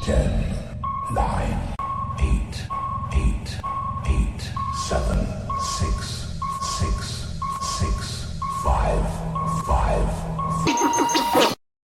10, 9, 8, 7, 6, 5, 4。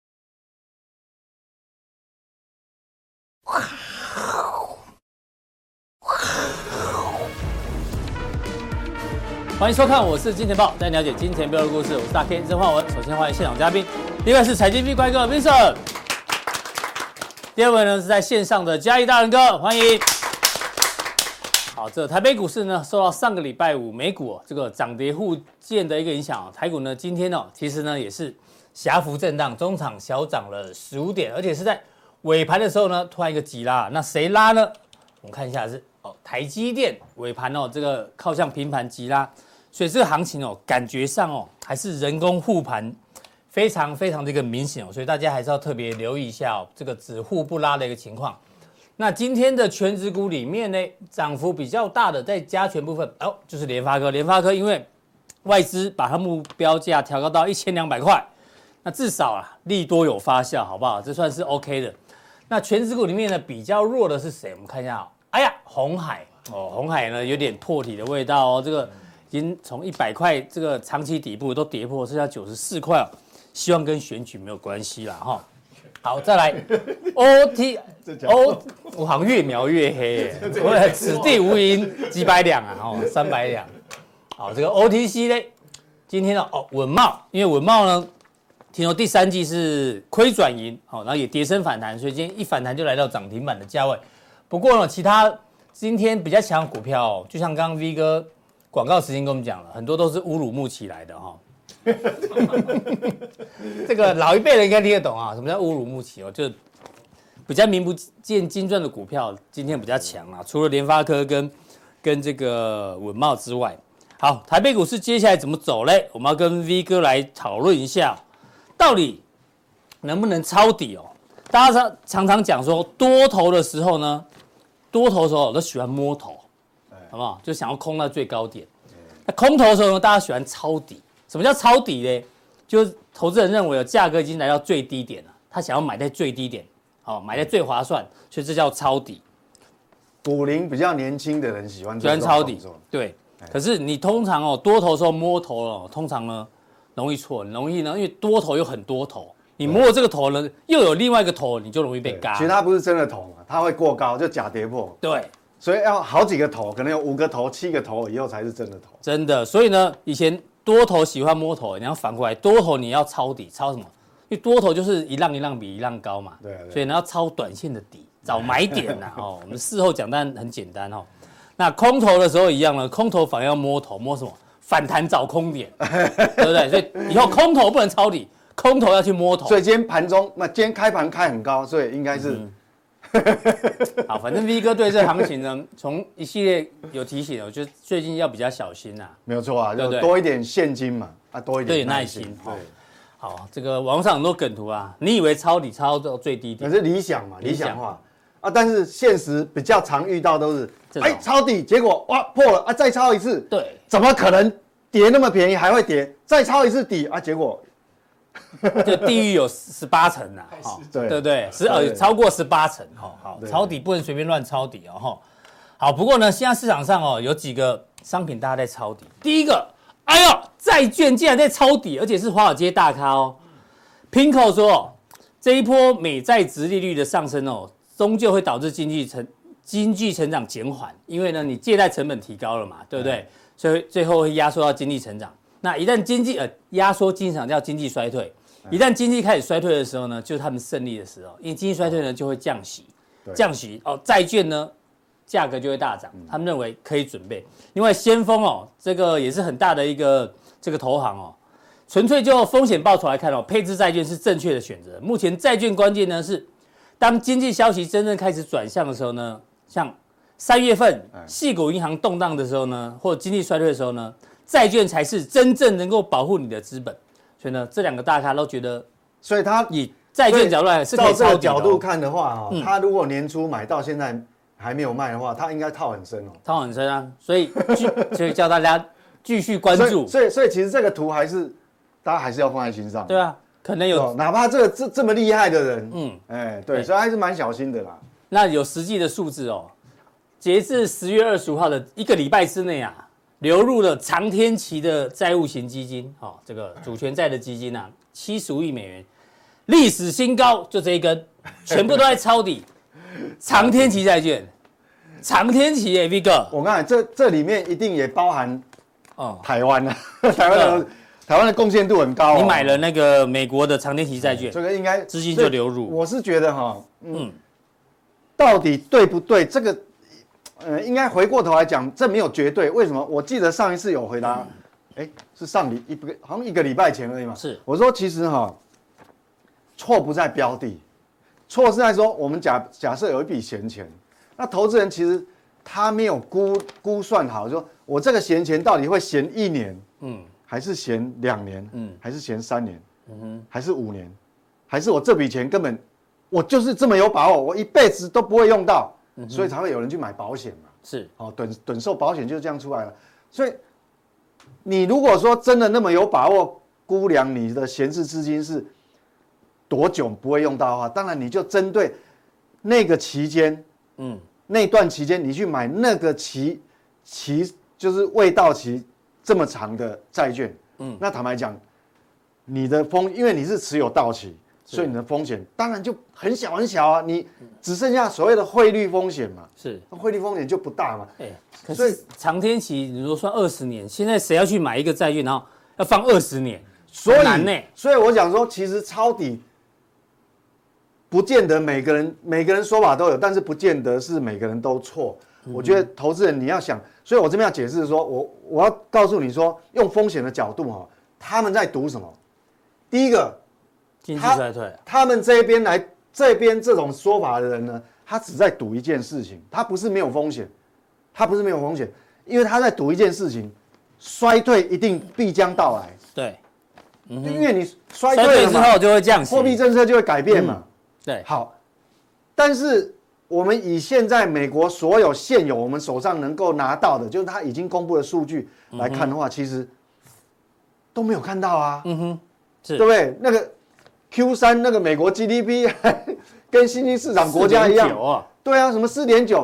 欢迎收看，我是金钱豹，带你了解金钱背后的故事。我是大 K 曾焕文。首先欢迎现场嘉宾，第一位是财经 V 怪哥 Vincent， 第二位呢是在线上的嘉义大人哥，欢迎。好，这台北股市呢受到上个礼拜五美股这个涨跌互见的一个影响，台股呢今天其实呢也是狭幅震荡，中场小涨了15点，而且是在尾盘的时候呢突然一个急拉，那谁拉呢？我们看一下是台积电尾盘这个靠向平盘急拉。所以这个行情感觉上还是人工护盘非常非常的一个明显所以大家还是要特别留意一下这个只护不拉的一个情况。那今天的全指股里面呢，涨幅比较大的在加权部分就是联发科。联发科因为外资把它目标价调高到1200块，那至少利多有发酵，好不好？这算是 OK 的。那全指股里面呢比较弱的是谁？我们看一下鸿海鸿海呢有点破底的味道这个。已经从100块这个长期底部都跌破，剩下94块希望跟选举没有关系啦好，再来 我好像越描越黑我此地无银几百两300两。好，这个 OTC 呢，今天稳懋，因为稳懋呢，听说第三季是亏转盈然后也跌升反弹，所以今天一反弹就来到涨停板的价位。不过呢，其他今天比较强的股票就像刚刚 V 哥。广告时间跟我们讲了，很多都是乌鲁木齐来的这个老一辈人应该听得懂什么叫乌鲁木齐就比较名不见经传的股票，今天比较强除了联发科跟这个稳懋之外，好，台北股市接下来怎么走嘞？我们要跟 V 哥来讨论一下，到底能不能抄底大家常常讲说，多头的时候呢，多头的时候我都喜欢摸头。好不好？就想要空到最高点。那空头的时候呢，大家喜欢抄底。什么叫抄底呢？就是投资人认为价格已经来到最低点了，他想要买在最低点，买在最划算，所以这叫抄底。 股龄比较年轻的人喜欢抄底，对。可是你通常多头的时候摸头了，通常呢容易错，容易呢，因为多头有很多头，你摸了这个头呢，又有另外一个头，你就容易被嘎。 其实它不是真的头嘛，它会过高，就假跌破。 对。 所以要好几个头，可能有5个头、7个头以后才是真的头。 真的，所以呢，以前多头喜欢摸头，你要反过来，多头你要抄底，抄什么？因为多头就是一浪一浪比一浪高嘛。 对。 所以你要抄短线的底，找买点我们事后讲，但很简单那空头的时候一样呢，空头反而要摸头，摸什么？反弹找空点，对不对？所以以后空头不能抄底，空头要去摸头。 所以今天盘中，今天开盘开很高，所以应该是。 好，反正 V 哥对这行情呢，从一系列有提醒我觉得最近要比较小心没有错就多一点现金嘛，多一点耐心。 对， 好，这个网上很多梗图你以为抄底抄到最低点， 可是理想嘛，理想化但是现实比较常遇到都是，抄底，结果破了再抄一次， 对， 怎么可能跌那么便宜还会跌？再抄一次底结果。 就地狱有18层对不对？超过18层好，抄底不能随便乱抄底好，不过呢，现在市场上有几个商品大家在抄底。第一个，债券竟然在抄底，而且是华尔街大咖Pinko 说这一波美债殖利率的上升终究会导致经济成长减缓，因为呢你借贷成本提高了嘛，对不对？所以最后会压缩到经济成长。那一旦经济压缩经济成长叫经济衰退，一旦经济开始衰退的时候呢，就是他们胜利的时候，因为经济衰退呢就会降息债券呢价格就会大涨，他们认为可以准备。另外先锋这个也是很大的一个这个投行纯粹就风险报酬来看配置债券是正确的选择。目前债券关键呢是，当经济消息真正开始转向的时候呢，像3月份矽谷银行动荡的时候呢，或者经济衰退的时候呢。债券才是真正能够保护你的资本，所以呢，这2个大咖都觉得， 所以他以债券角度来是可以抄底的。 照这个角度看的话他如果年初买到现在还没有卖的话，他应该套很深套很深所以叫大家继续关注。 所以其实这个图还是大家还是要放在心上。 对可能有， 哪怕这么厉害的人，对，所以还是蛮小心的啦。 那有实际的数字哦，截至10月25号的一个礼拜之内啊，流入了长天期的债务型基金，这个主权债的基金啊，75亿美元，历史新高，就这一根，全部都在抄底，长天期债券，长天期耶 ，V 哥， 我看这里面一定也包含台湾啊，台湾的贡献度很高。 你买了那个美国的长天期债券， 这个应该资金就流入。 我是觉得到底对不对？这个应该回过头来讲，这没有绝对。为什么？我记得上一次有回答，是好像一个礼拜前而已嘛。 是， 我说其实错不在标的，错是在说我们假设有一笔闲钱，那投资人其实他没有估算好，说我这个闲钱到底会闲1年，还是闲2年，还是闲3年，还是5年，还是我这笔钱根本我就是这么有把握，我一辈子都不会用到，所以才会有人去买保险嘛。 是， 趸售保险就是这样出来了。所以你如果说真的那么有把握估量你的闲置资金是多久不会用到的话，当然你就针对那个期间，那段期间你去买那个期就是未到期这么长的债券，那坦白讲，你的因为你是持有到期，所以你的风险当然就很小很小啊，你只剩下所谓的汇率风险嘛，汇率风险就不大嘛。 可是长天期你说算20年，现在谁要去买一个债券，然后要放20年，很难呢。 所以我讲说，其实抄底不见得每个人说法都有，但是不见得是每个人都错。我觉得投资人你要想，所以我这边要解释说，我要告诉你说，用风险的角度他们在赌什么？第一个， 经济衰退， 他们这边这种说法的人呢，他只在赌一件事情，他不是没有风险，因为他在赌一件事情，衰退一定必将到来。 对， 因为你衰退之后就会降息， 货币政策就会改变嘛。 对， 好，但是我们以现在美国所有现有我们手上能够拿到的，就是他已经公布的数据来看的话，其实都没有看到啊。对不对？那个 Q3那个美国 GDP 跟新兴市场国家一样 4.9 对啊，什么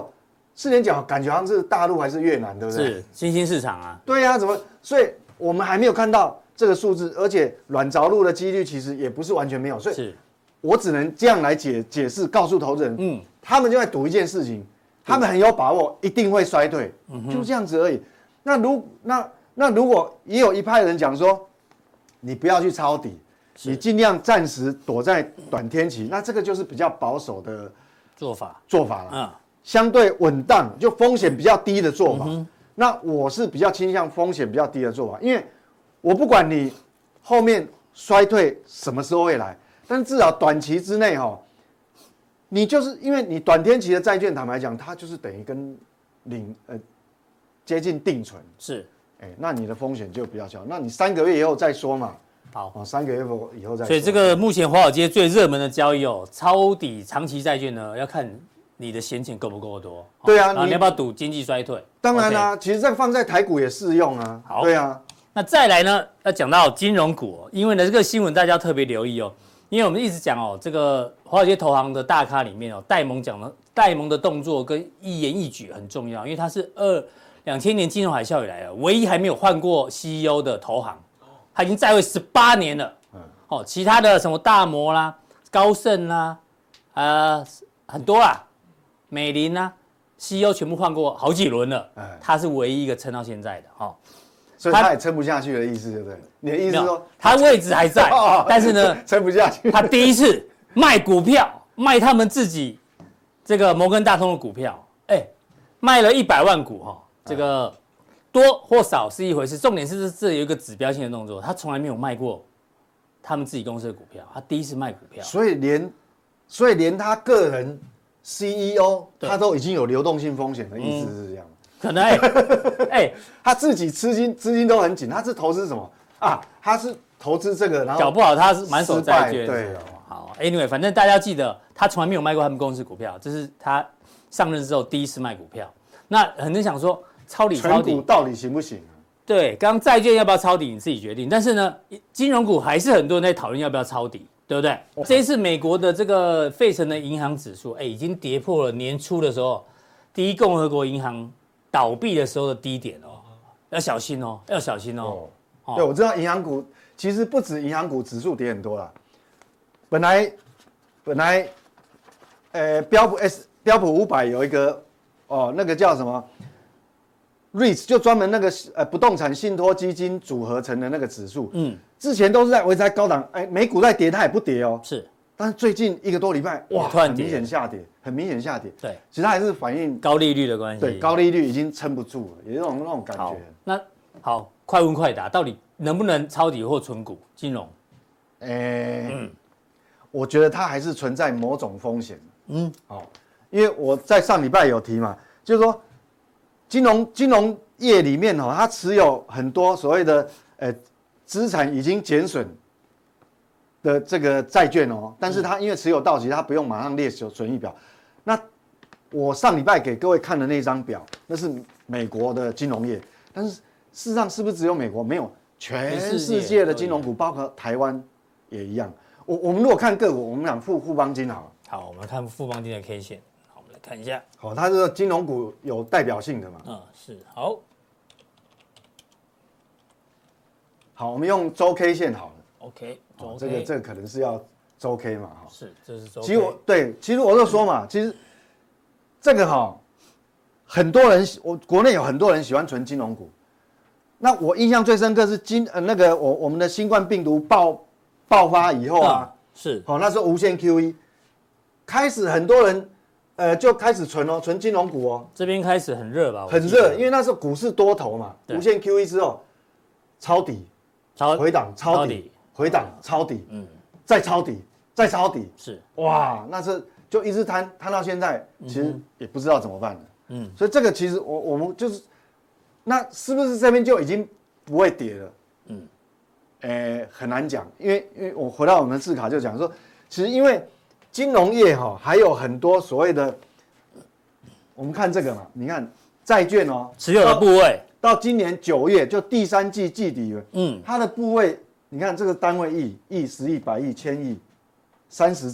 4.9，感觉好像是大陆还是越南，对不对？ 是新兴市场啊。 对啊，所以我们还没有看到这个数字，而且软着陆的几率其实也不是完全没有，所以我只能这样来解释，告诉投资人，他们就在赌一件事情，他们很有把握一定会衰退，就这样子而已。那如果也有一派人讲说，你不要去抄底，你尽量暂时躲在短天期，那这个就是比较保守的做法了，相对稳当，就风险比较低的做法。那我是比较倾向风险比较低的做法，因为我不管你后面衰退什么时候会来，但至少短期之内你就是因为你短天期的债券，坦白讲，它就是等于跟接近定存。那你的风险就比较小。那你3个月以后再说嘛。 好 ，3个月以后再说。 所以这个目前华尔街最热门的交易抄底长期债券呢，要看你的闲钱够不够多。 对啊， 然后你要不要赌经济衰退？ 当然啦，其实这放在台股也适用啊。 好， 对啊。 那再来呢，要讲到金融股因为呢这个新闻大家要特别留意因为我们一直讲这个华尔街投行的大咖里面戴蒙的动作跟一言一举很重要，因为他是2000年金融海啸以来唯一还没有换过 CEO 的投行，他已经在位18年了。其他的什么大摩啦、高盛啦，很多啦，美林啦 ，CEO 全部换过好几轮了，他是唯一一个撑到现在的所以他也撑不下去的意思，对不对？你的意思是说他位置还在，但是呢撑不下去。 他第一次卖股票，卖他们自己这个摩根大通的股票，卖了100万股这个多或少是一回事，重点是这有一个指标性的动作，他从来没有卖过他们自己公司的股票，他第一次卖股票， 所以连他个人 CEO 他都已经有流动性风险的意思是这样。 可能他自己资金都很紧，他是投资什么啊？他是投资这个，然后搞不好他是满手债券。 对， 好 ，Anyway， 反正大家记得他从来没有卖过他们公司股票，这是他上任之后第一次卖股票。那很多人想说抄底存股到底行不行？ 对，刚债券要不要抄底，你自己决定。但是呢，金融股还是很多人在讨论要不要抄底，对不对？这一次美国的这个费城的银行指数，已经跌破了年初的时候第一共和国银行倒闭的时候的低点哦，要小心哦，要小心哦。 对，我知道银行股其实不止银行股指数跌很多啦，本来标普500有一个那个叫什么 REITs 就专门那个不动产信托基金组合成的那个指数，之前都是维持在高档，美股在跌它也不跌哦， 是， 但是最近1个多礼拜哇， 突然很明显下跌， 对， 其实它还是反映高利率的关系， 对，高利率已经撑不住了，有那种感觉。 那好，快问快答，到底能不能抄底或存股金融？ 我觉得它还是存在某种风险。因为我在上礼拜有提嘛，就是说金融业里面它持有很多所谓的资产已经减损的这个债券但是它因为持有到期，它不用马上列损益表。那我上礼拜给各位看的那张表，那是美国的金融业，但是事实上是不是只有美国？没有，全世界的金融股，包括台湾也一样。我们如果看个股，我们讲富邦金好了。 好，我们看富邦金的 K 线，好，我们来看一下。 好，它是金融股有代表性的嘛？ 是。好， 我们用周 K 线好了。 OK， 这个可能是要周 K 嘛？ 是，这是周 K。 其实我就说嘛，其实这个很多人，国内有很多人喜欢存金融股。那我印象最深刻是我们的新冠病毒爆发以后啊， 是， 那时候无限 QE， 开始很多人就开始存金融股这边开始很热吧？ 很热，因为那时候股市多头嘛，无限 QE 之后抄底，回档抄底，回档抄底，再抄底，再抄底， 是， 哇，那是就一直摊到现在，其实也不知道怎么办了。所以这个其实我们就是，那是不是这边就已经不会跌了？很难讲，因为我回到我们的字卡就讲说，其实因为金融业还有很多所谓的，我们看这个嘛，你看债券持有的部位到今年9月就第3季季底了，它的部位你看这个单位亿、10亿、100亿、1000亿、30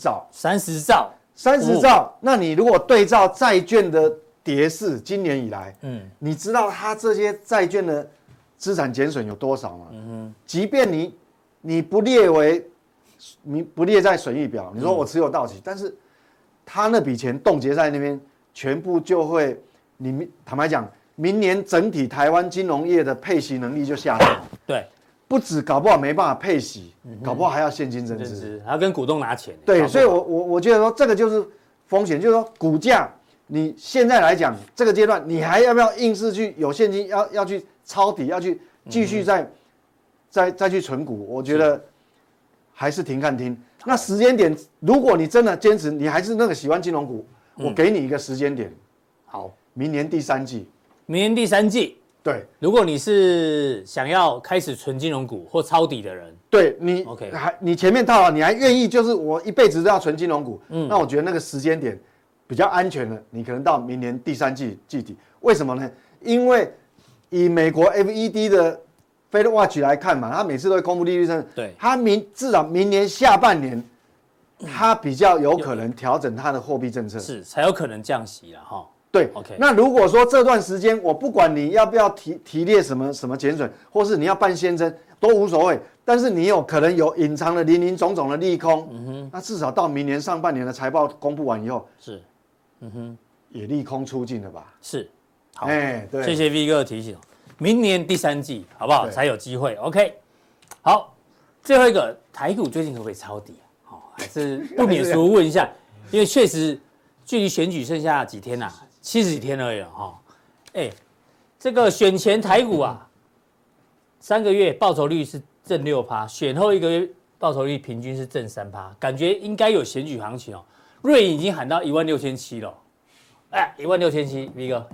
兆，那你如果对照债券的跌势，今年以来，你知道它这些债券的资产减损有多少吗？即便你不列在损益表，你说我持有到期，但是他那笔钱冻结在那边，全部就会，坦白讲，明年整体台湾金融业的配息能力就下降。 对， 不止搞不好没办法配息，搞不好还要现金增资， 还要跟股东拿钱。 对，所以我觉得说这个就是风险，就是说股价你现在来讲这个阶段，你还要不要硬是去有现金要去抄底，要去继续再去存股？我觉得还是停看听。那时间点，如果你真的坚持，你还是那个喜欢金融股，我给你一个时间点。 好， 明年第3季。 明年第3季。 对， 如果你是想要开始存金融股或抄底的人， 对你 ，OK， 你前面套了，你还愿意就是我一辈子都要存金融股，那我觉得那个时间点比较安全的，你可能到明年第3季季底。为什么呢？因为以美国 FED 的 Fed Watch 来看嘛，他每次都会公布利率政策， 对， 他至少明年下半年，他比较有可能调整他的货币政策， 是才有可能降息了哈。 对 ，OK。 那如果说这段时间我不管你要不要提列什么减损，或是你要办先增都无所谓，但是你有可能有隐藏的林林总总的利空，那至少到明年上半年的财报公布完以后， 是， 也利空出尽了吧？ 是，好， 对， 谢谢 V 哥的提醒，明年第3季好不好才有机会 ？OK， 好，最后一个台股最近可不可以抄底？好，还是不免俗问一下，因为确实距离选举剩下几天啊，70几天而已哈。这个选前台股啊，3个月报酬率是正6%，选后1个月报酬率平均是正3%，感觉应该有选举行情哦。瑞银已经喊到16700了，16700，V 哥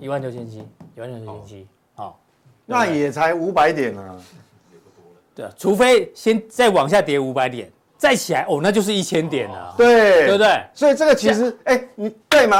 16700，好， 那也才500点啊。 对啊，除非先再往下跌500点，再起来那就是1000点了， 对， 对不对？ 所以这个其实，你对嘛？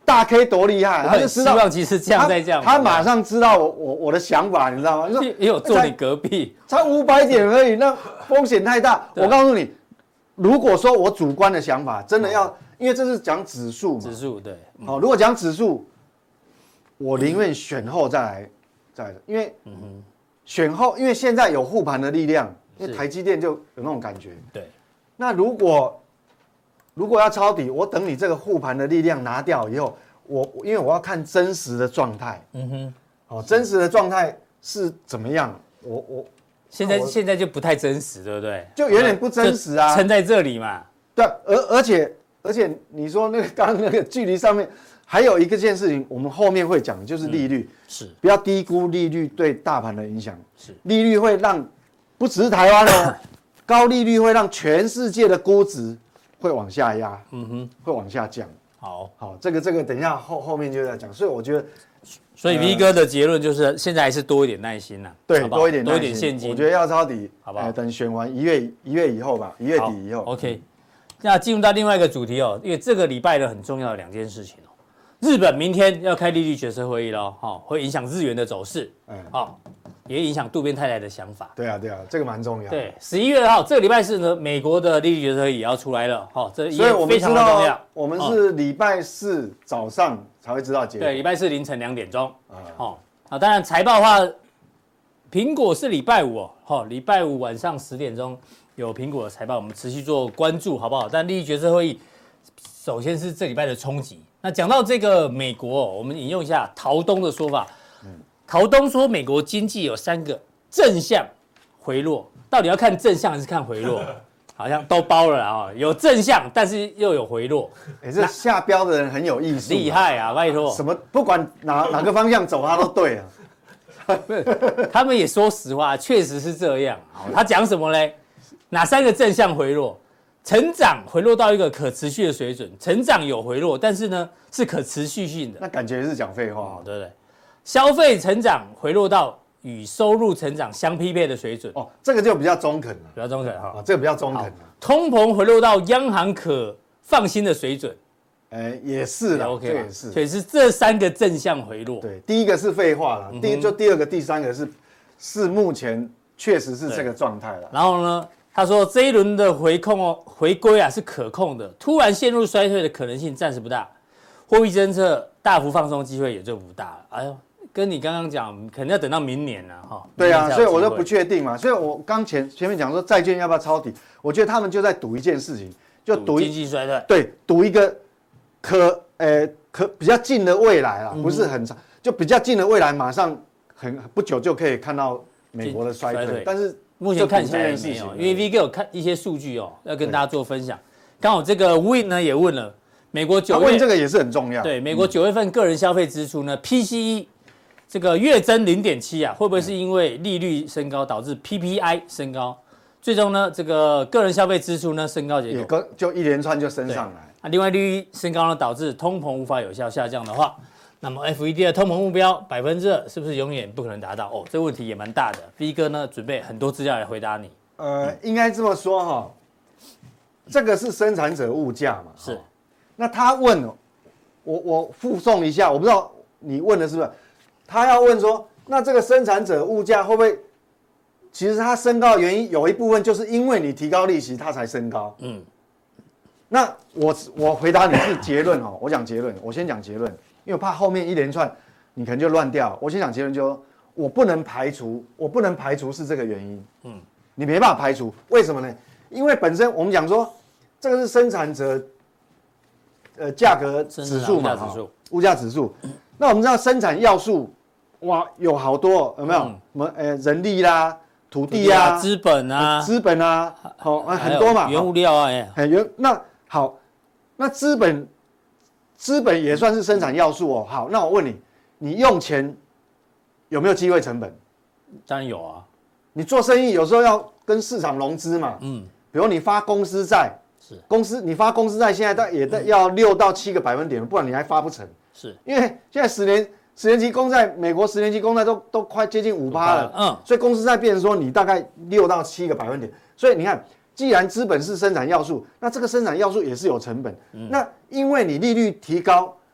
大 K 多厉害，他就知道希望其实降再降， 他马上知道我的想法，你知道吗？ 也有坐你隔壁， 才500点而已，那风险太大。我告诉你，如果说我主观的想法真的要，因为这是讲指数嘛， 指数对， 好，如果讲指数，我宁愿选后再来，因为选后，因为现在有护盘的力量，因为台积电就有那种感觉。 对， 那如果要抄底，我等你这个护盘的力量拿掉以后，因为我要看真实的状态，真实的状态是怎么样？我现在就不太真实，对不对？ 就有点不真实啊， 撑在这里嘛。 对，而且你说那个刚刚那个距离上面，还有一件事情，我们后面会讲，就是利率， 是不要低估利率对大盘的影响。 是利率会让不只是台湾哦，高利率会让全世界的估值会往下压，会往下降。好，这个等一下后面就在讲，所以我觉得， 所以 V 哥的结论就是现在还是多一点耐心啦， 对，多一点现金， 我觉得要抄底， 好不好？ 等选完1月以后吧，1月底以后。 OK， 那进入到另外一个主题哦，因为这个礼拜的很重要的2件事情哦，日本明天要开利率决策会议喽，会影响日元的走势，也影响渡边太太的想法。 对啊，这个蛮重要。 对，11月号这个礼拜四呢，美国的利率决策会议也要出来了，这也非常的重要。 我们是礼拜4早上才会知道结果。 对，礼拜4凌晨2点钟。当然财报的话，苹果是礼拜5礼拜5晚上10点钟有苹果的财报，我们持续做关注，好不好？但利率决策会议首先是这礼拜的冲击。那讲到这个美国我们引用一下陶东的说法。陶东说，美国经济有3个正向回落，到底要看正向还是看回落？好像都包了啊，有正向，但是又有回落。 这下标的人很有艺术， 厉害啊！拜托， 什么不管哪个方向走，他都对啊。 他们也说实话，确实是这样。他讲什么嘞？哪3个正向回落？成长回落到一个可持续的水准，成长有回落，但是呢是可持续性的。 那感觉是讲废话， 对不对？消费成长回落到与收入成长相匹配的水准。 这个就比较中肯了， 比较中肯哈。 这个比较中肯了。 通膨回落到央行可放心的水准。 也是啦， 这也是。 所以是这3个正向回落。 对，第一个是废话了，第二个、第3个是目前确实是这个状态了。 然后呢，他说这一轮的回归是可控的，突然陷入衰退的可能性暂时不大，货币政策大幅放松机会也就不大了。哎呦，跟你刚刚讲，可能要等到明年了哈。 对啊，所以我就不确定嘛。所以我刚前面讲说债券要不要抄底，我觉得他们就在赌一件事情，就赌经济衰退。 对，赌一个可比较近的未来啦，不是很长，就比较近的未来，马上不久就可以看到美国的衰退。但是目前看起来没有，因为 V 哥有看一些数据要跟大家做分享。刚好这个 Win 呢也问了，美国9月问这个也是很重要。 对，美国9月份个人消费支出呢 ，PCE 这个月增0.7会不会是因为利率升高导致 PPI 升高？最终呢，这个个人消费支出呢升高结果就一连串就升上来。 另外利率升高呢，导致通膨无法有效下降的话，那么 FED 的通膨目标2%是不是永远不可能达到？这个问题也蛮大的。V 哥呢准备很多资料来回答你。 应该这么说哈，这个是生产者物价嘛？ 是。 那他问我附送一下，我不知道你问的是不是？他要问说，那这个生产者物价会不会？其实它升高的原因有一部分就是因为你提高利息，它才升高。那我回答你是结论我讲结论，我先讲结论，因为我怕后面一连串你可能就乱掉。我先讲结论，我不能排除是这个原因。你没办法排除，为什么呢？因为本身我们讲说这个是生产者价格指数嘛，物价指数。那我们知道生产要素有好多，有没有？什么人力啦、土地啊、 资本啊、 很多嘛， 原物料啊， 那好，那资本也算是生产要素好，那我问你，你用钱有没有机会成本？ 当然有啊。 你做生意有时候要跟市场融资嘛，比如你发公司债，你发公司债现在也要6到7个百分点，不然你还发不成。是因为现在10年期公债，美国10年期公债都快接近5%了，所以公司债变成说你大概6到7个百分点，所以你看，既然资本是生产要素，那这个生产要素也是有成本，那因为你利率提高，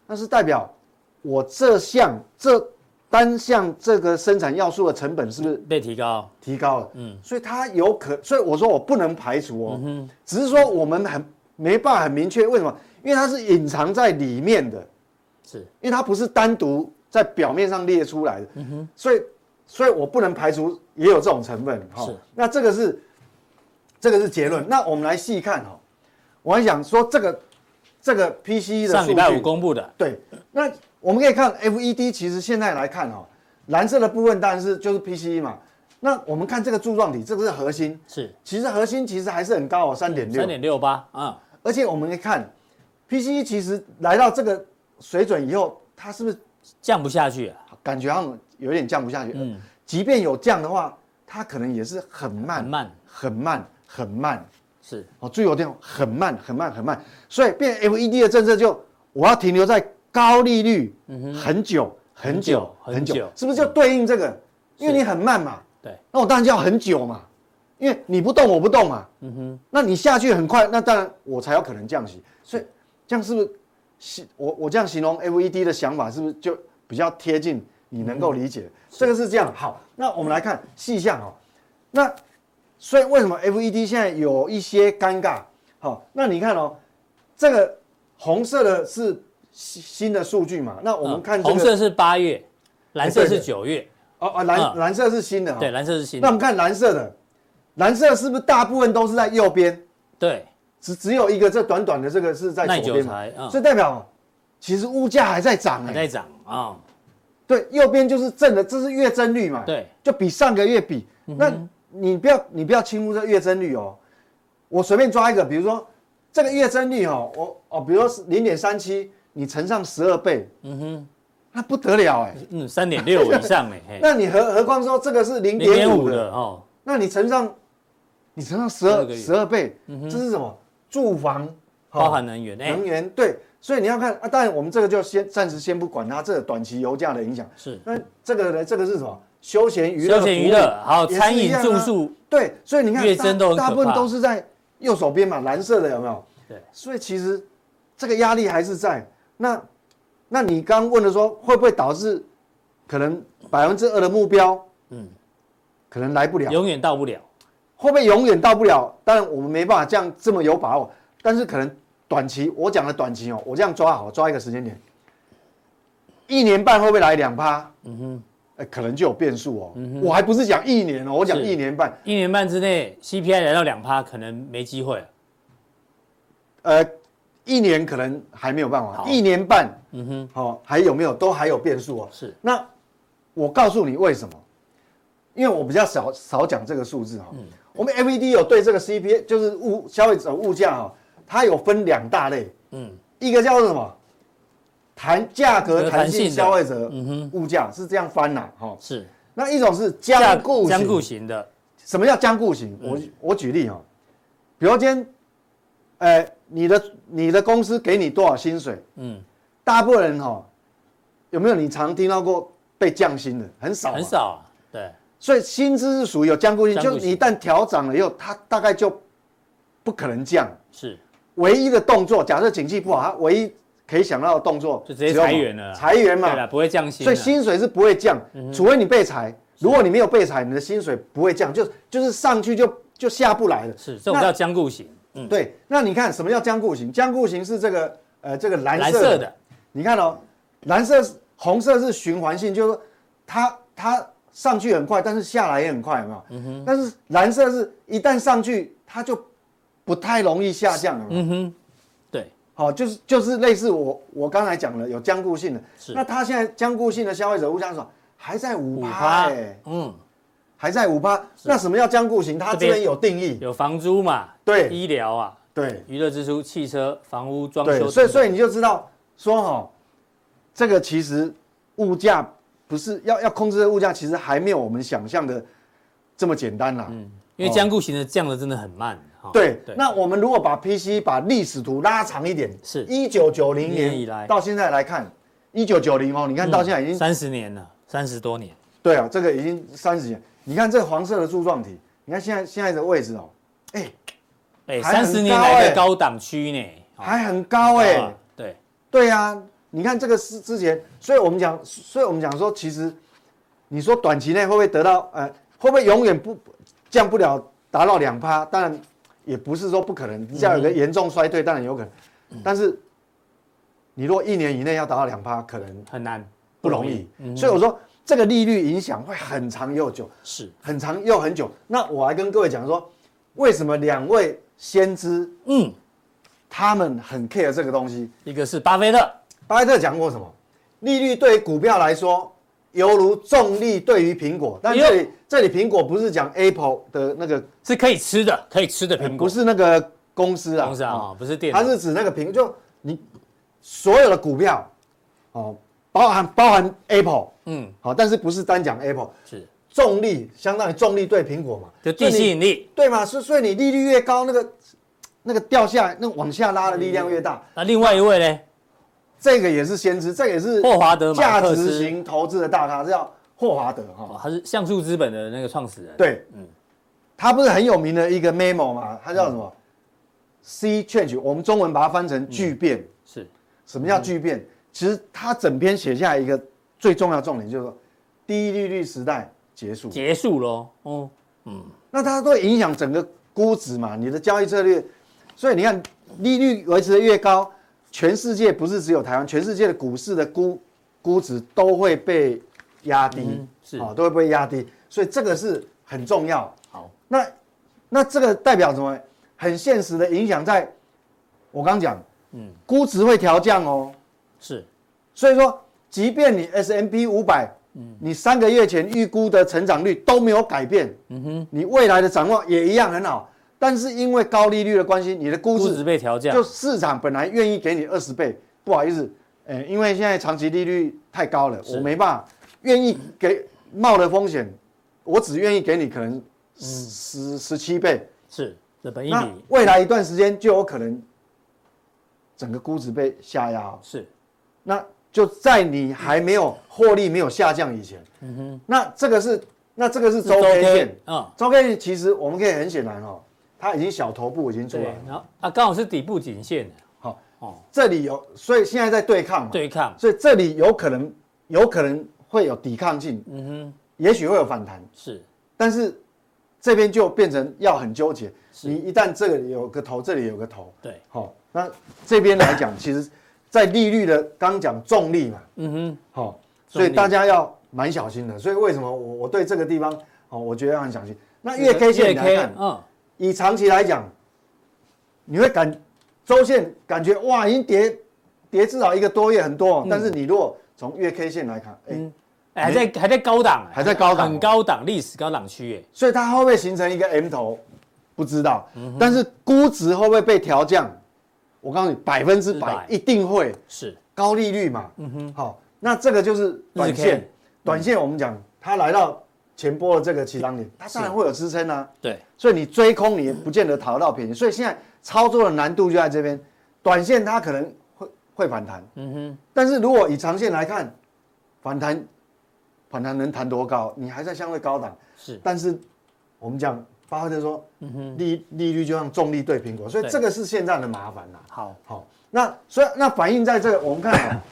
那是代表我单项这个生产要素的成本是不是被提高了？所以它所以我说我不能排除哦，只是说我们没办法很明确，为什么？因为它是隐藏在里面的， 是因为它不是单独在表面上列出来的，所以我不能排除也有这种成分哈。那这个是结论。那我们来细看哈，我还想说这个 PCE 的数据上礼拜五公布的， 对，那我们可以看 FED， 其实现在来看哈，蓝色的部分当然就是 PCE 嘛。那我们看这个柱状体，这个是核心，其实核心其实还是很高哦，3.68 啊。 而且我们可以看 PCE 其实来到这个水准以后，它是不是降不下去啊？ 感觉好像有点降不下去。即便有降的话，它可能也是很慢。是哦，注意我电话，很慢。所以变 FED 的政策我要停留在高利率很久，是不是就对应这个？因为你很慢嘛， 对， 那我当然就要很久嘛，因为你不动我不动嘛，那你下去很快，那当然我才有可能降息。所以这样是不是我这样形容 FED 的想法是不是就比较贴近你能够理解？这个是这样。好，那我们来看细项哦。那所以为什么 FED 现在有一些尴尬？好，那你看哦，这个红色的是新的数据嘛？那我们看这个红色是8月，蓝色是9月。 蓝色是新的。 对，蓝色是新的。 那我们看蓝色的，蓝色是不是大部分都是在右边？ 对， 只有一个这短短的这个是在左边嘛？所以代表其实物价还在涨， 还在涨啊。 对，右边就是正的，这是月增率嘛？ 对， 就比上个月比。那你不要轻忽这月增率哦。我随便抓一个，比如说这个月增率哦，比如说0.37，你乘上12倍，那不得了哎 ，3.6以上哎。 那你何况说这个是0.5的哦， 那你乘上12倍，这是什么？住房包含能源， 能源对，所以你要看啊。当然我们这个就暂时先不管它这个短期油价的影响。 是， 那这个呢？这个是什么？休闲娱乐， 好，餐饮住宿， 对，所以你看月增都大部分都是在右手边嘛，蓝色的有没有？ 对， 所以其实这个压力还是在。那你刚问的说会不会导致可能2%的目标，可能来不了， 永远到不了， 会不会永远到不了？当然我们没办法这么有把握，但是可能短期，我讲的短期哦，我这样抓一个时间点，1年半会不会来2%？可能就有变数哦。我还不是讲1年哦，我讲1年半。 1年半之内 CPI 来到2%，可能没机会了。1年可能还没有办法，1年半，还有没有都还有变数哦。 是， 那我告诉你为什么？因为我比较少讲这个数字哈。我们 FED 有对这个 CPI 就是消费者物价哈，它有分2大类，一个叫做什么？价格弹性消费者物价是这样翻啦， 是。 那一种是僵固型的。 什么叫僵固型？我举例哈，比如今天，你的公司给你多少薪水？大部分人有没有你常听到过被降薪的？很少， 很少啊。对。 所以薪资是属于有僵固性，就你一旦调涨了以后，它大概就不可能降。 是。 唯一的动作，假设景气不好，它唯一可以想到的动作就直接裁员了。 裁员嘛， 对啦，不会降薪。 所以薪水是不会降，除非你被裁。如果你没有被裁，你的薪水不会降，就是上去就下不来了。 是，这种叫僵固型。 对，那你看什么叫僵固型？僵固型是这个蓝色的。你看哦，红色是循环性，就是说它上去很快，但是下来也很快，有没有？但是蓝色是一旦上去，它就不太容易下降了。 对。 好，就是类似我刚才讲的有僵固性的。那它现在僵固性的消费者物价是还在5%哎，还在5%。那什么叫僵固型？它这边有定义， 有房租嘛， 对， 医疗啊， 对， 娱乐支出、汽车、房屋、装修， 所以你就知道说这个其实物价不是要控制的物价，其实还没有我们想象的这么简单啦。 因为僵固型的降的真的很慢。 对，那我们如果把 PCE 把历史图拉长一点， 是 1990年以来到现在来看，1990你看到现在已经 30年了，30多年。 对啊，这个已经30年。你看这黄色的柱状体，你看现在的位置 30年来的高档区呢， 还很高对对啊， 你看这个是之前，所以我们讲说，其实你说短期内会不会得到会不会永远降不了达到2%？当然也不是说不可能，只要有个严重衰退，当然有可能。但是你如果1年以内要达到2%，可能很难， 不容易。所以我说这个利率影响会很长又久， 是很长又很久。那我还跟各位讲说，为什么2位先知，他们很 care 这个东西。 一个是巴菲特， 巴菲特讲过什么？利率对股票来说，犹如重力对于苹果。但这里苹果不是讲 Apple 的那个， 是可以吃的苹果， 不是那个公司啊， 不是电脑， 它是指那个苹，就你所有的股票，包含 Apple， 好，但是不是单讲 Apple， 是重力相当于重力对苹果嘛， 就地吸引力， 对嘛？所以你利率越高，那个掉下来，那往下拉的力量越大。 那另外一位呢？ 这个也是先知，这个也是霍华德马克思价值型投资的大咖，这叫霍华德他是橡树资本的那个创始人。 对，他不是很有名的一个 memo 嘛？他叫什么？Sea Change， 我们中文把它翻成巨变。 是， 什么叫巨变？其实他整篇写下来一个最重要的重点，就是说低利率时代结束咯。 那它都会影响整个估值嘛，你的交易策略。所以你看，利率维持的越高，全世界不是只有台湾，全世界的股市的估值都会被压低，都会被压低。所以这个是很重要。 好， 那这个代表什么？很现实的影响在，我刚讲，估值会调降哦。 是， 所以说，即便你 S&P 500，你3个月前预估的成长率都没有改变，你未来的展望也一样很好，但是因为高利率的关系，你的估值被调降， 就市场本来愿意给你20倍，不好意思，因为现在长期利率太高了，我没办法愿意给冒的风险，我只愿意给你可能17倍， 是日本一那比， 未来一段时间就有可能整个估值被下压， 是， 那就在你还没有获利没有下降以前，那这个是周 K 线，周 K 线其实我们可以很显然它已经小头部已经出来了， 然后刚好是底部颈线， 好，这里有，所以现在在对抗嘛，所以这里有可能会有抵抗性，也许会有反弹， 是， 但是这边就变成要很纠结，你一旦这里有个头，这里有个头， 对， 好，那这边来讲，其实，在利率的刚讲重力嘛，好，所以大家要蛮小心的。所以为什么我对这个地方，我觉得要很小心。那月 K 线来看，以长期来讲，你会周线感觉哇，已经跌至少1个多月很多，但是你如果从月 K 线来看， 还在高档， 还在高档， 很高档，历史高档区， 所以它会不会形成一个 M 头，不知道。但是估值会不会被调降？我告诉你，100%一定会， 是高利率嘛。好，那这个就是短线。短线我们讲，它来到前波的这个起涨点，它当然会有支撑啊。 对， 所以你追空，你也不见得讨得到便宜。所以现在操作的难度就在这边，短线它可能会反弹。但是如果以长线来看，反弹能弹多高？你还在相对高档。 是， 但是我们讲。巴菲特说，利率就像重力对苹果，所以这个是现在的麻烦啦。好，那反映在这个，我们看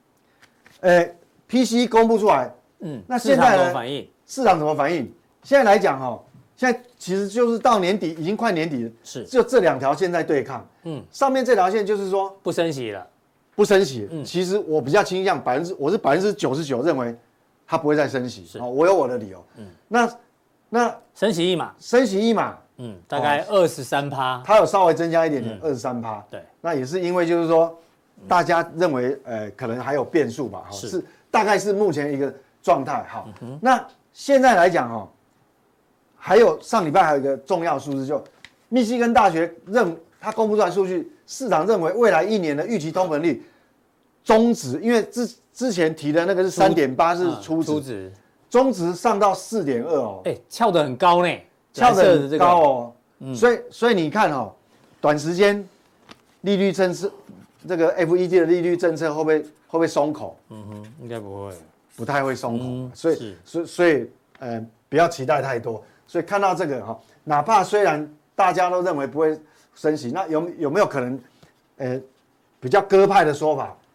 ，PCE 公布出来，那现在呢？市场怎么反应？现在来讲，现在其实就是到年底，已经快年底了， 是， 就这2条线在对抗。上面这条线就是说不升息了， 不升息。其实我比较倾向我是99%认为它不会再升息。我有我的理由。那升息一码，大概23%， 它有稍微增加一点点，23%。 对， 那也是因为就是说，大家认为可能还有变数吧，是大概是目前一个状态。好，那现在来讲还有上礼拜还有一个重要数字，就密西根大学它公布出来数据，市场认为未来1年的预期通膨率中值，因为之前提的那个是3.8是初值。中值上到4.2哦， 翘得很高呢， 翘得很高哦，所以你看短时间利率政策，这个 FED 的利率政策会不会松口？ 应该不会， 不太会松口，所以不要期待太多。所以看到这个哪怕虽然大家都认为不会升息，那有没有可能比较鸽派的说法？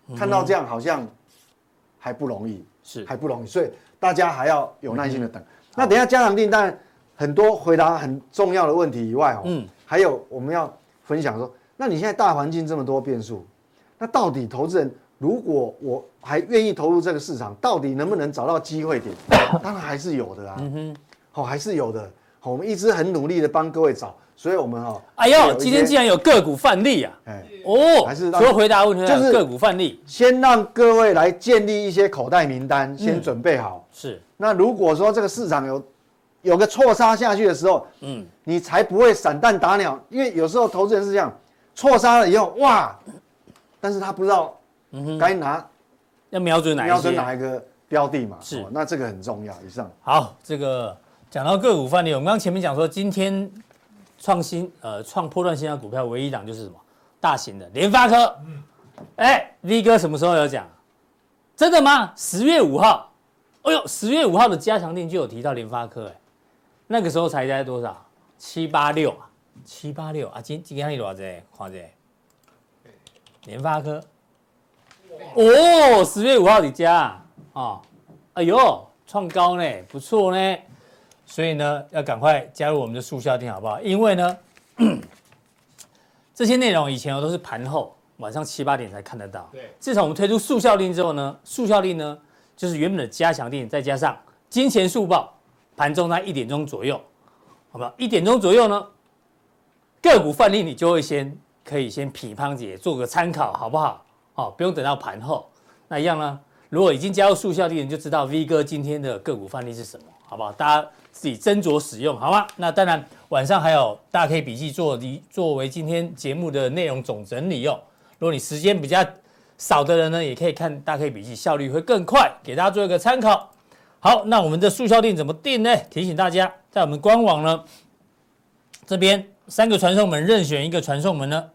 看到这样好像还不容易，还不容易，所以大家还要有耐心的等。那等一下加强定，当然很多回答很重要的问题以外还有我们要分享说，那你现在大环境这么多变数，那到底投资人如果我还愿意投入这个市场，到底能不能找到机会点？当然还是有的啊，还是有的。我们一直很努力的帮各位找，所以我们哎呦，今天竟然有个股范例啊！还是除了回答问题，就是个股范例， 先让各位来建立一些口袋名单，先准备好。 是。 那如果说这个市场有个错杀下去的时候，你才不会散弹打鸟，因为有时候投资人是这样，错杀了以后，哇，但是他不知道该要瞄准哪一个标的嘛？是，那这个很重要。以上好，这个讲到个股范例，我们刚刚前面讲说，今天创波段新高股票唯一一档就是什么大型的联发科。V 哥什么时候有讲？真的吗？10月5号。哎呦，10月5号的加强定就有提到联发科，那个时候才在多少？786啊，786啊，今天你多少钱？看这联发科。10月5号你加啊，哎呦，创高呢，不错呢。所以呢，要赶快加入我们的速效定，好不好？因为呢，这些内容以前都是盘后晚上7、8点才看得到。对。自从我们推出速效定之后呢，速效定呢就是原本的加强定，再加上金钱速报，盘中在1点钟左右，好不好？1点钟左右呢，个股范例你就会可以先匹乓姐做个参考，好不好？不用等到盘后。那一样呢，如果已经加入速效定，你就知道 V 哥今天的个股范例是什么，好不好？大家自己斟酌使用，好吗？那当然，晚上还有大 K 笔记作为今天节目的内容总整理用。如果你时间比较少的人呢，也可以看大 K 笔记，效率会更快，给大家做一个参考。好，那我们的速效定怎么定呢？提醒大家，在我们官网呢这边3个传送门任选一个传送门呢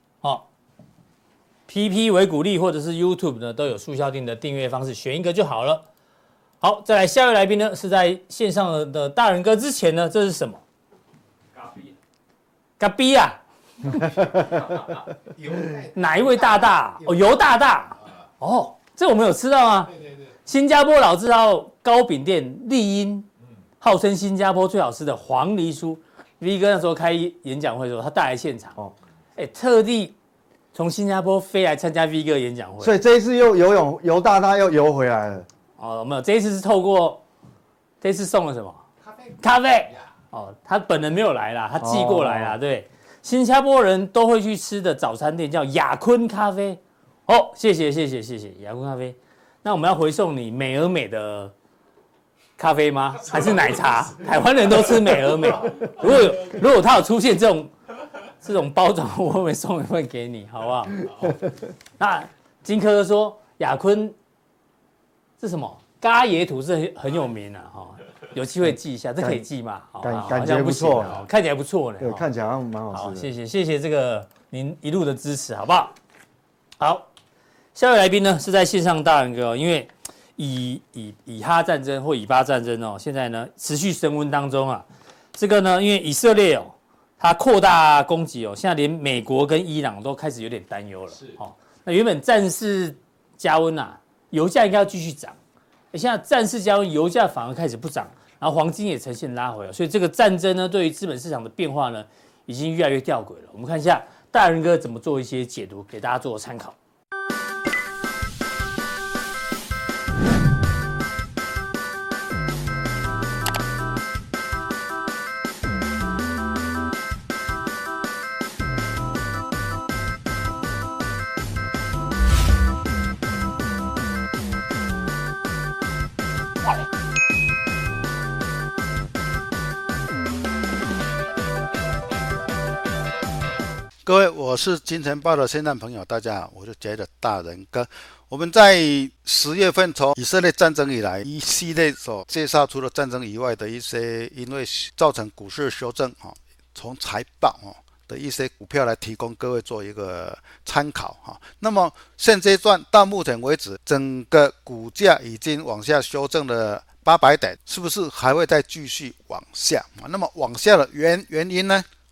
，PP 为鼓励或者是 YouTube 呢都有速效定的订阅方式，选一个就好了。好，再来下一位来宾呢是在线上的大人哥之前呢，这是什么？咖逼啊！哪一位大大？尤大大。这我们有吃到吗？对。新加坡老字号糕饼店丽英，号称新加坡最好吃的黄梨酥。V 哥那时候开演讲会的时候，他带来现场特地从新加坡飞来参加 V 哥演讲会。 所以这一次又游大大又游回来了。 没有，这一次是透过，这一次送了什么？咖啡。他本人没有来啦，他寄过来啦。对，新加坡人都会去吃的早餐店叫雅坤咖啡。谢谢雅坤咖啡。那我们要回送你美而美的咖啡吗？还是奶茶？台湾人都吃美而美。如果他有出现这种包装，我会送一份给你，好不好？那金科说雅坤。是什么？咖椰土是很有名的有机会记一下，这可以记吗？ 感觉不错， 看起来不错呢。 对，看起来好像蛮好吃的。谢谢这个您一路的支持，好不好？好，下一位来宾呢是在线上大人哥，因为以哈战争或以巴战争现在呢持续升温当中啊。这个呢，因为以色列它扩大攻击现在连美国跟伊朗都开始有点担忧了。那原本战事加温油价应该要继续涨，现在战事加温，油价反而开始不涨，然后黄金也呈现拉回，所以这个战争呢，对于资本市场的变化呢，已经越来越吊诡了。我们看一下大人哥怎么做一些解读，给大家做参考。 各位，我是金钱豹的线上朋友，大家好，我是杰的大人哥。我们在10月份从以色列战争以来一系列所介绍除了战争以外的一些因为造成股市修正从财报的一些股票来提供各位做一个参考那么现阶段到目前为止，整个股价已经往下修正了800点，是不是还会再继续往下？那么往下的原因呢？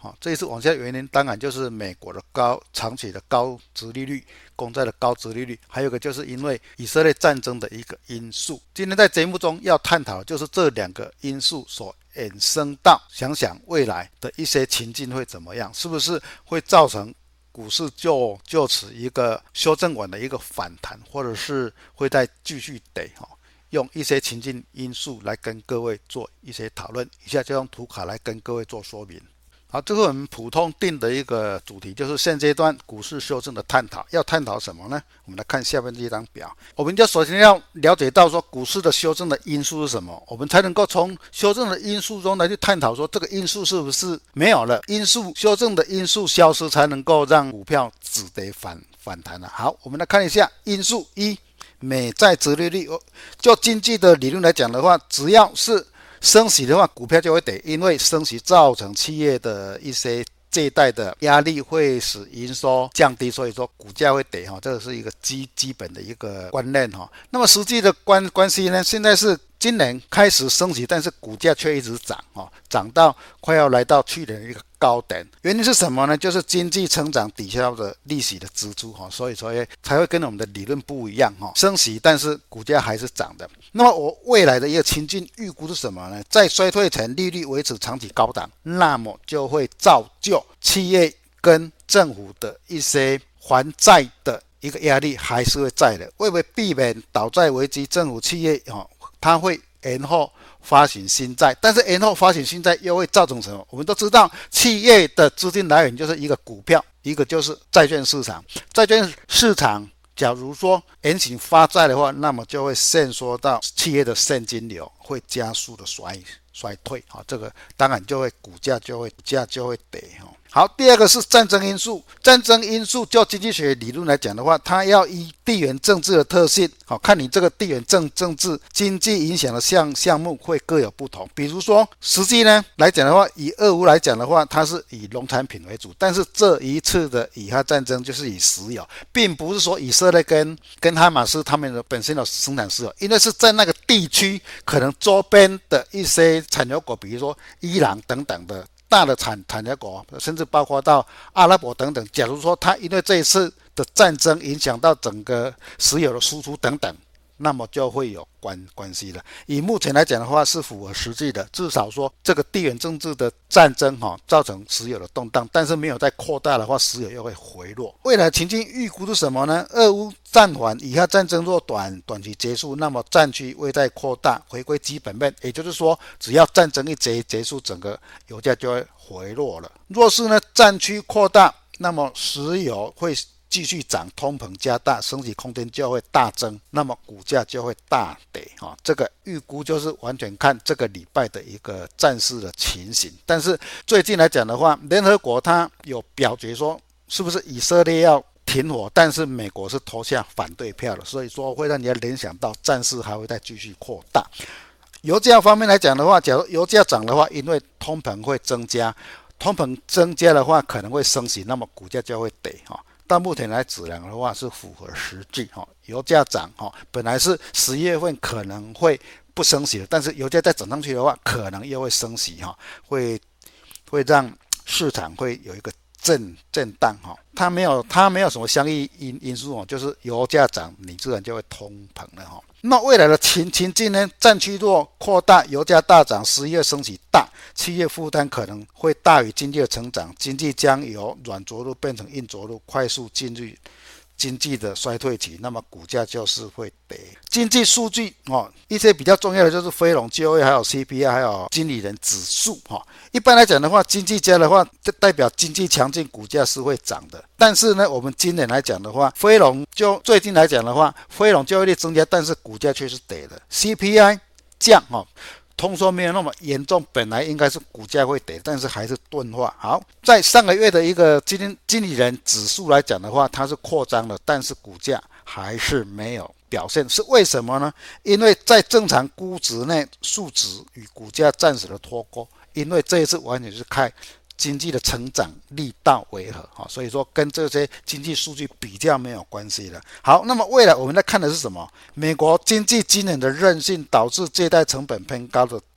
这一次往下的原因当然就是美国的长期的高殖利率，公债的高殖利率，还有一个就是因为以色列战争的一个因素。今天在节目中要探讨的就是这2个因素所衍生到，想想未来的一些情境会怎么样，是不是会造成股市就此一个修正完的一个反弹，或者是会再继续跌。用一些情境因素来跟各位做一些讨论，以下就用图卡来跟各位做说明。好，这是我们普通定的一个主题，就是现阶段股市修正的探讨。要探讨什么呢？我们来看下面这张表。我们就首先要了解到说股市的修正的因素是什么，我们才能够从修正的因素中来去探讨说这个因素是不是没有了，修正的因素消失，才能够让股票止跌反弹了。好，我们来看一下因素一，美债殖利率。就经济的理论来讲的话，只要是升息的话，股票就会跌，因为升息造成企业的一些借贷的压力，会使营收降低，所以说股价会跌，这个是一个基本的一个观念。那么实际的关系呢，现在是今年开始升息，但是股价却一直涨，涨到快要来到去年的一个高点。原因是什么呢？就是经济成长抵消的利息的支出，所以才会跟我们的理论不一样，升息但是股价还是涨的。那么我未来的一个情境预估是什么呢？在衰退前利率维持长期高档，那么就会造就企业跟政府的一些还债的一个压力还是会在的。为了避免倒债危机，政府企业它会延后发行新债，但是延后发行新债又会造成什么？我们都知道，企业的资金来源就是一个股票，一个就是债券市场。债券市场假如说延期发债的话，那么就会限缩到企业的现金流，会加速的衰退。这个当然就会股价就会跌。好，第二个是战争因素。战争因素就经济学理论来讲的话，它要依地缘政治的特性，看你这个地缘政治经济影响的项目会各有不同。比如说实际呢来讲的话，以俄乌来讲的话，它是以农产品为主，但是这一次的以哈战争就是以石油，并不是说以色列跟哈马斯他们的本身的生产石油，因为是在那个地区可能周边的一些产油国，比如说伊朗等等的大的产油国，甚至包括到阿拉伯等等。假如说它因为这一次的战争影响到整个石油的输出等等，那么就会有关系了。以目前来讲的话是符合实际的，至少说这个地缘政治的战争造成石油的动荡，但是没有再扩大的话，石油又会回落。未来情境预估是什么呢？俄乌暂缓，以哈战争若短期结束，那么战区未再扩大，回归基本面，也就是说只要战争一结束，整个油价就会回落了。若是呢战区扩大，那么石油会继续涨，通膨加大，升息空间就会大增，那么股价就会大跌。这个预估就是完全看这个礼拜的一个战事的情形。但是最近来讲的话，联合国它有表决说是不是以色列要停火，但是美国是投下反对票了，所以说会让人家联想到战事还会再继续扩大。油价方面来讲的话，假如油价涨的话，因为通膨会增加，通膨增加的话可能会升息，那么股价就会跌。到目前来质量的话是符合实际。油价涨，本来是11月份可能会不升息的，但是油价再涨上去的话，可能又会升息，会让市场会有一个震荡。它没有什么相应因素，就是油价涨，你自然就会通膨了。那未来的情境呢？战区若扩大，油价大涨，11月升息大，企业负担可能会大于经济的成长，经济将由软着陆变成硬着陆，快速进入经济的衰退期，那么股价就是会跌。经济数据一些比较重要的就是非农就业，还有 CPI， 还有经理人指数。一般来讲的话，经济佳的话，就代表经济强劲，股价是会涨的。但是呢，我们今年来讲的话，非农就最近来讲的话，非农就业率增加，但是股价却是跌的。CPI 降通缩没有那么严重，本来应该是股价会跌，但是还是钝化。好，在上个月的一个经理人指数来讲的话，它是扩张了，但是股价还是没有表现，是为什么呢？因为在正常估值内，数值与股价暂时的脱钩，因为这一次完全是看经济的成长力道为何，所以说跟这些经济数据比较没有关系了。好，那么未来我们在看的是什么？美国经济今年的韧性导致借贷成本偏高的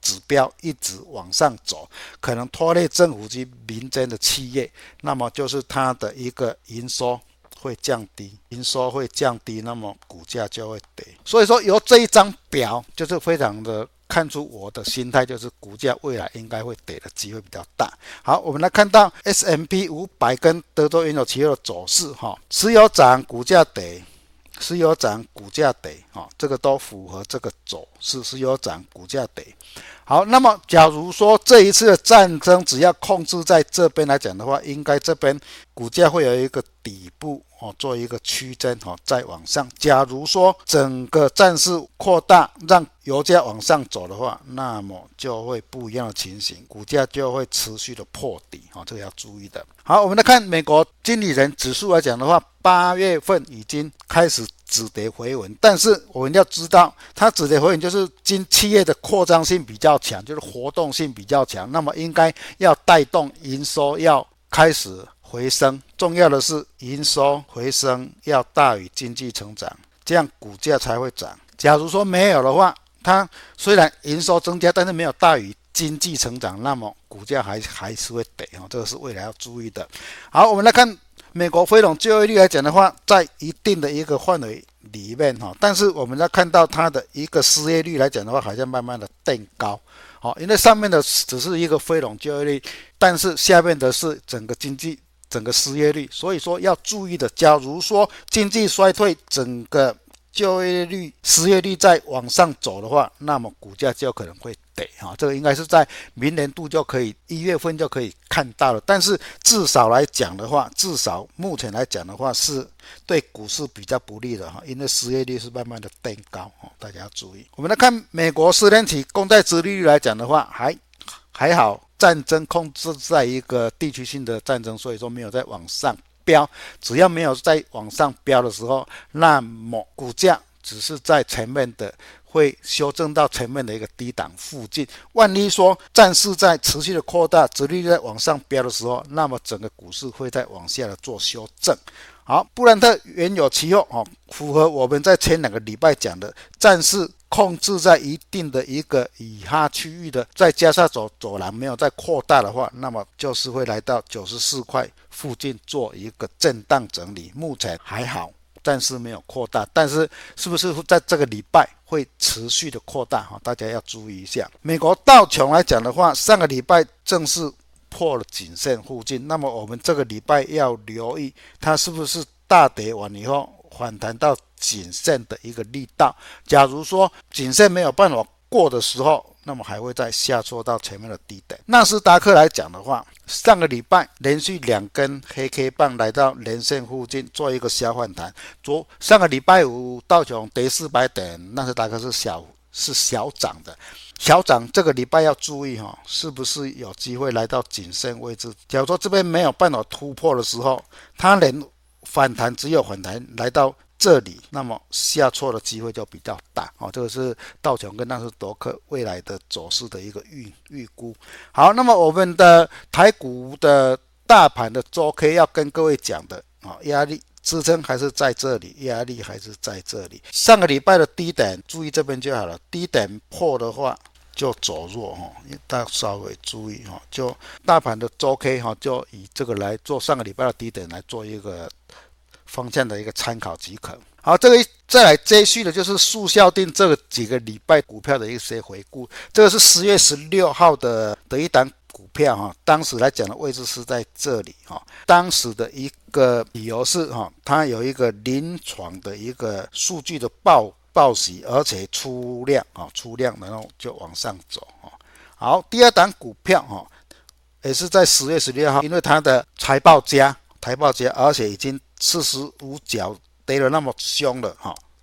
指标一直往上走，可能拖累政府及民间的企业，那么就是它的一个营收会降低，那么股价就会跌。所以说由这一张表就是非常的看出我的心态，就是股价未来应该会跌的机会比较大。好，我们来看到 S&P 500跟德州原油期货的走势，石油涨股价跌，石油涨股价跌，这个都符合这个走势，石油涨股价跌。好，那么假如说这一次的战争只要控制在这边来讲的话，应该这边股价会有一个底部做一个区间再往上。假如说整个战事扩大，让油价往上走的话，那么就会不一样的情形，股价就会持续的破底，这个要注意的。好，我们来看美国经理人指数来讲的话，8月份已经开始止跌回稳，但是我们要知道它止跌回稳就是企业的扩张性比较强，就是活动性比较强，那么应该要带动营收要开始回升，重要的是营收回升要大于经济成长，这样股价才会涨。假如说没有的话，它虽然营收增加，但是没有大于经济成长，那么股价还是会跌，这个是未来要注意的。好，我们来看美国非农就业率来讲的话，在一定的一个范围里面，但是我们要看到它的一个失业率来讲的话，好像慢慢的垫高，因为上面的只是一个非农就业率，但是下面的是整个经济整个失业率，所以说要注意的，假如说经济衰退，整个就业率失业率再往上走的话，那么股价就可能会跌，这个应该是在明年度就可以1月份就可以看到了。但是至少来讲的话，至少目前来讲的话是对股市比较不利的，因为失业率是慢慢的垫高，大家要注意。我们来看美国10年期公债殖利率来讲的话，还好，战争控制在一个地区性的战争，所以说没有在往上飙，只要没有在往上飙的时候，那么股价只是在前面的会修正到前面的一个低档附近。万一说战事在持续的扩大，殖利率在往上飙的时候，那么整个股市会在往下的做修正。好，布兰特原油期货符合我们在前2个礼拜讲的，战事控制在一定的一个以哈区域的，再加上走廊没有再扩大的话，那么就是会来到94块附近做一个震荡整理。目前还好，战事没有扩大，但是是不是在这个礼拜会持续的扩大，大家要注意一下。美国道琼来讲的话，上个礼拜正式破了颈线附近，那么我们这个礼拜要留意它是不是大跌完以后反弹到颈线的一个力道。假如说颈线没有办法过的时候，那么还会再下挫到前面的低点。纳斯达克来讲的话，上个礼拜连续2根黑 K 棒来到连线附近做一个小反弹，上个礼拜五道琼跌400点，纳斯达克是小涨的，小涨这个礼拜要注意是不是有机会来到颈线位置。假如说这边没有办法突破的时候，它连反弹只有反弹来到这里，那么下挫的机会就比较大，这个是道琼跟纳斯达克未来的走势的一个预估。好，那么我们的台股的大盘的周 K 要跟各位讲的压力支撑还是在这里，压力还是在这里。上个礼拜的低点注意这边就好了，低点破的话就走弱，大家稍微注意，就大盘的周 K 就以这个来做上个礼拜的低点来做一个方向的一个参考即可。好，这个再来接续的就是速效定这几个礼拜股票的一些回顾。这个是10月16号的一档股票，当时来讲的位置是在这里，当时的一个理由是它有一个临床的一个数据的报喜，而且出量然后就往上走。好，第二档股票也是在10月16号，因为它的财报佳，而且已经45角跌了那么凶了，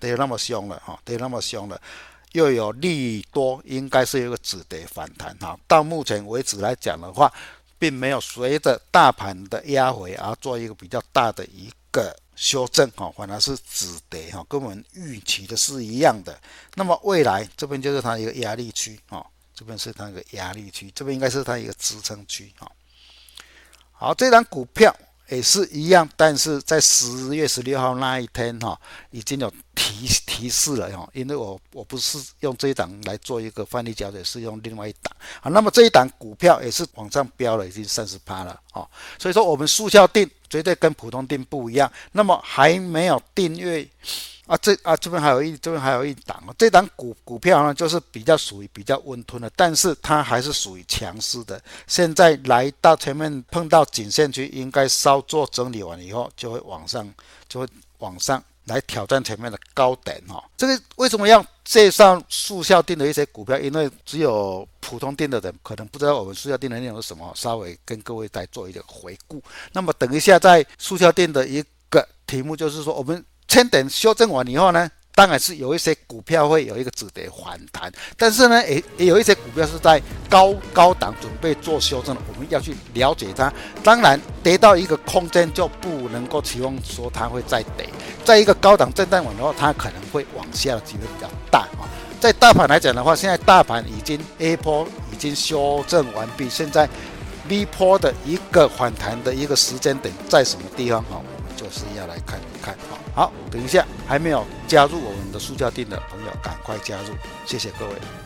又有利多，应该是有一个止跌反弹。到目前为止来讲的话，并没有随着大盘的压回而做一个比较大的一个修正，反而是止跌，跟我们预期的是一样的。那么未来这边就是它一个压力区，这边是它一个压力区，这边应该是它一个支撑区。好，这档股票也是一样，但是在10月16号那一天已经有提示了因为我不是用这一档来做一个范例交易，是用另外一档那么这一档股票也是往上飙了，已经30%了所以说我们速效定绝对跟普通定不一样。那么还没有订阅这边还有一档这档股票呢，就是比较属于比较温吞的，但是它还是属于强势的。现在来到前面碰到颈线区，应该稍作整理完以后，就会往上来挑战前面的高点这个为什么要介绍速效定的一些股票？因为只有普通定的人可能不知道我们速效定的内容是什么，稍微跟各位再做一个回顾。那么等一下在速效定的一个题目就是说，我们1000点修正完以后呢，当然是有一些股票会有一个止跌反弹，但是呢也有一些股票是在高档准备做修正的，我们要去了解它。当然跌到一个空间就不能够期望说它会再跌，在一个高档震荡完以后，它可能会往下的机会比较大在大盘来讲的话，现在大盘已经 A 波已经修正完毕，现在 B 波的一个反弹的一个时间点在什么地方我们就是要来看一看好，等一下还没有加入我们的速效定的朋友赶快加入，谢谢各位。